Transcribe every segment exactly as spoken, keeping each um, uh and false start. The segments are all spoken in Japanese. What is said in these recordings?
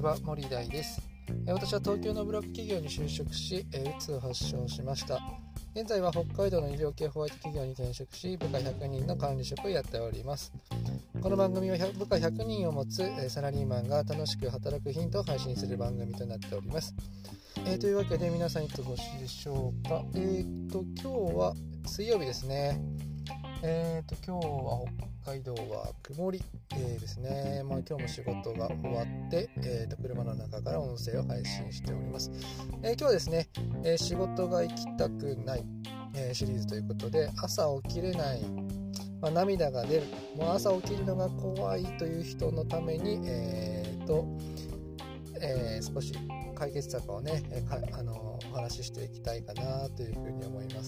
は、森大です。私は東京のブラック企業に就職し、うつを発症しました。現在は北海道の医療系ホワイト企業に転職し、部下ひゃくにんの管理職をやっております。この番組は部下ひゃくにんを持つサラリーマンが楽しく働くヒントを配信する番組となっております。えー、というわけで皆さんいかがでしょうか。えーと今日は水曜日ですね。えーと今日は北海道は曇り、えー、ですね。まあ、今日も仕事が終わって、えー、と車の中から音声を配信しております。えー、今日はですね、えー、仕事が行きたくない、えー、シリーズということで、朝起きれない、まあ、涙が出る、もう朝起きるのが怖いという人のために、えーとえー、少し解決策をね、えー、かあのー、お話ししていきたいかなというふうに思います。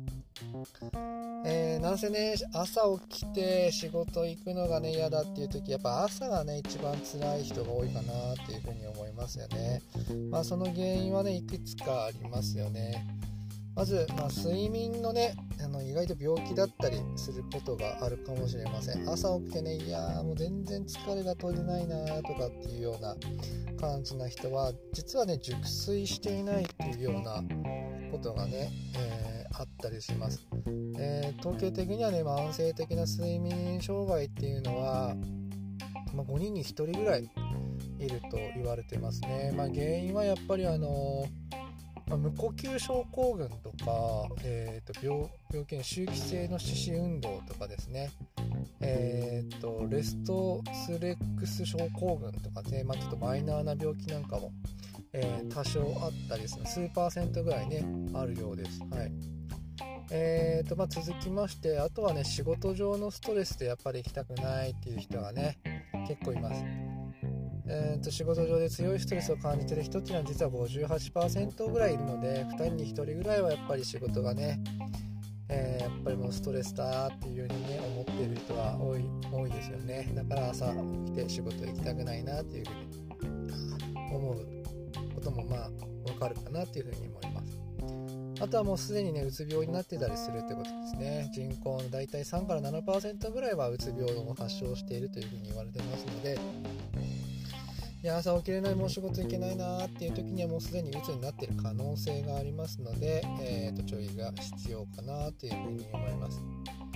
えー、なんせね、朝起きて仕事行くのがね嫌だっていう時、やっぱ朝がね一番辛い人が多いかなっていうふうに思いますよね。まあその原因はねいくつかありますよね。まず、まあ、睡眠のねあの意外と病気だったりすることがあるかもしれません。朝起きてね、いやーもう全然疲れが取れないなとかっていうような感じな人は、実はね熟睡していないっていうようなことがね、えーあったりします。えー、統計的にはね慢性的な睡眠障害っていうのは、まあ、ごにんにひとりぐらいいると言われてますね。まあ、原因はやっぱりあのーまあ、無呼吸症候群とか、えー、と 病, 病気の周期性の四肢運動とかですね、えー、とレストスレックス症候群とかね、まあ、ちょっとマイナーな病気なんかも、えー、多少あったりする、数パーセントぐらいねあるようです。はい。えーとまあ、続きまして、あとはね仕事上のストレスでやっぱり行きたくないっていう人がね結構います。えーと仕事上で強いストレスを感じている人っていうのは実は ごじゅうはちパーセント ぐらいいるので、ふたりにひとりぐらいはやっぱり仕事がね、えー、やっぱりもうストレスだっていう風にね思っている人は多い多いですよね。だから朝起きて仕事行きたくないなっていう風に思うこともまあわかるかなっていう風に思います。あとはもうすでにねうつ病になってたりするということですね。人口のだいたいさんからななパーセント ぐらいはうつ病を発症しているというふうに言われてますので、いや朝起きれない、もう仕事行けないなっていう時にはもうすでにうつになっている可能性がありますので、えーと注意が必要かなというふうに思います。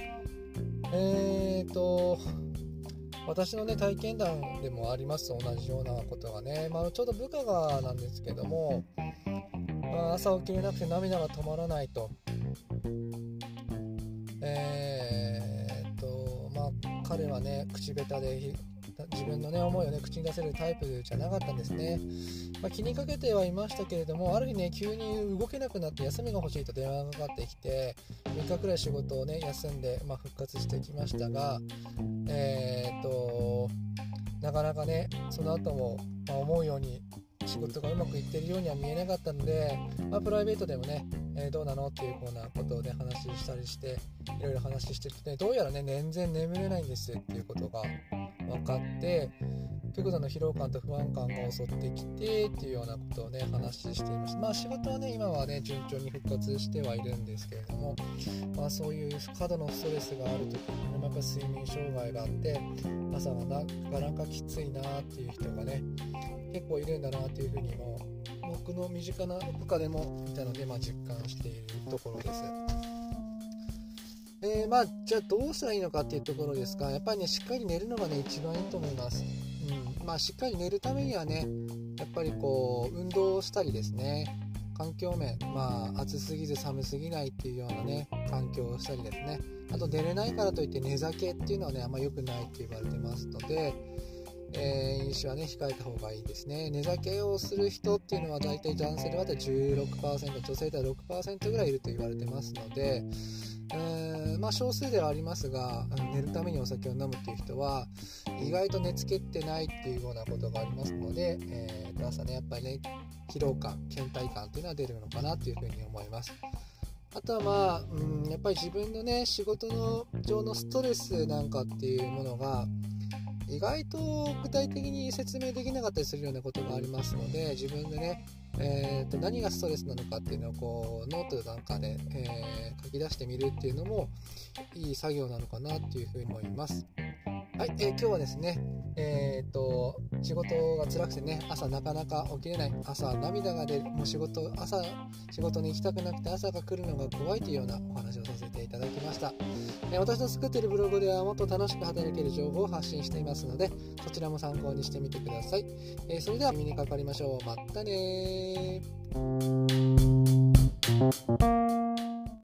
えーと私のね体験談でもあります同じようなことがね、まあ、ちょうど部下がなんですけども、まあ、朝起きれなくて涙が止まらないと、えー、っとまあ彼はね口下手で自分のね思いをね口に出せるタイプじゃなかったんですね。まあ、気にかけてはいましたけれども、ある日ね急に動けなくなって休みが欲しいと電話がかかってきて、みっかくらい仕事をね休んで、まあ、復活してきましたが、えー、っとなかなかねその後も、まあ、思うように仕事がうまくいっているようには見えなかったので、まあ、プライベートでもね、えー、どうなのっていうようなことをね話したりして、いろいろ話してて、ね、どうやらね全然眠れないんですっていうことが分かって、極度の疲労感と不安感が襲ってきてっていうようなことをね話していました。まあ仕事はね今はね順調に復活してはいるんですけれども、まあそういう過度のストレスがある時にね、やっぱ睡眠障害があって朝はなかなかきついなっていう人がね結構いるんだなというふうにも僕の身近な部下でもいたので、まあ、実感しているところです。えー、まあじゃあどうしたらいいのかっていうところですが、やっぱりねしっかり寝るのがね一番いいと思います。うん、まあしっかり寝るためにはねやっぱりこう運動をしたりですね、環境面、まあ暑すぎず寒すぎないっていうようなね環境をしたりですね、あと寝れないからといって寝酒っていうのはねあんま良くないって言われてますので、えー、飲酒はね控えた方がいいですね。寝酒をする人っていうのはだいたい男性では じゅうろくパーセント、女性では ろくパーセント ぐらいいると言われてますので、えー、まあ少数ではありますが、寝るためにお酒を飲むっていう人は意外と寝つけてないっていうようなことがありますので、えー、朝ねやっぱりね疲労感、倦怠感っていうのは出るのかなっていうふうに思います。あとはまあ、うん、やっぱり自分のね仕事の上のストレスなんかっていうものが意外と具体的に説明できなかったりするようなことがありますので、自分でね、えー、と何がストレスなのかっていうのをこうノートなんかで、えー、書き出してみるっていうのもいい作業なのかなっていうふうに思います。 はい、えー、今日はですね、えー、っと仕事が辛くてね、朝なかなか起きれない、朝涙が出る、もう仕事朝仕事に行きたくなくて朝が来るのが怖いというようなお話をさせていただきました。えー、私の作っているブログではもっと楽しく働ける情報を発信していますので、そちらも参考にしてみてください。えー、それではお耳にかかりましょう。またねー。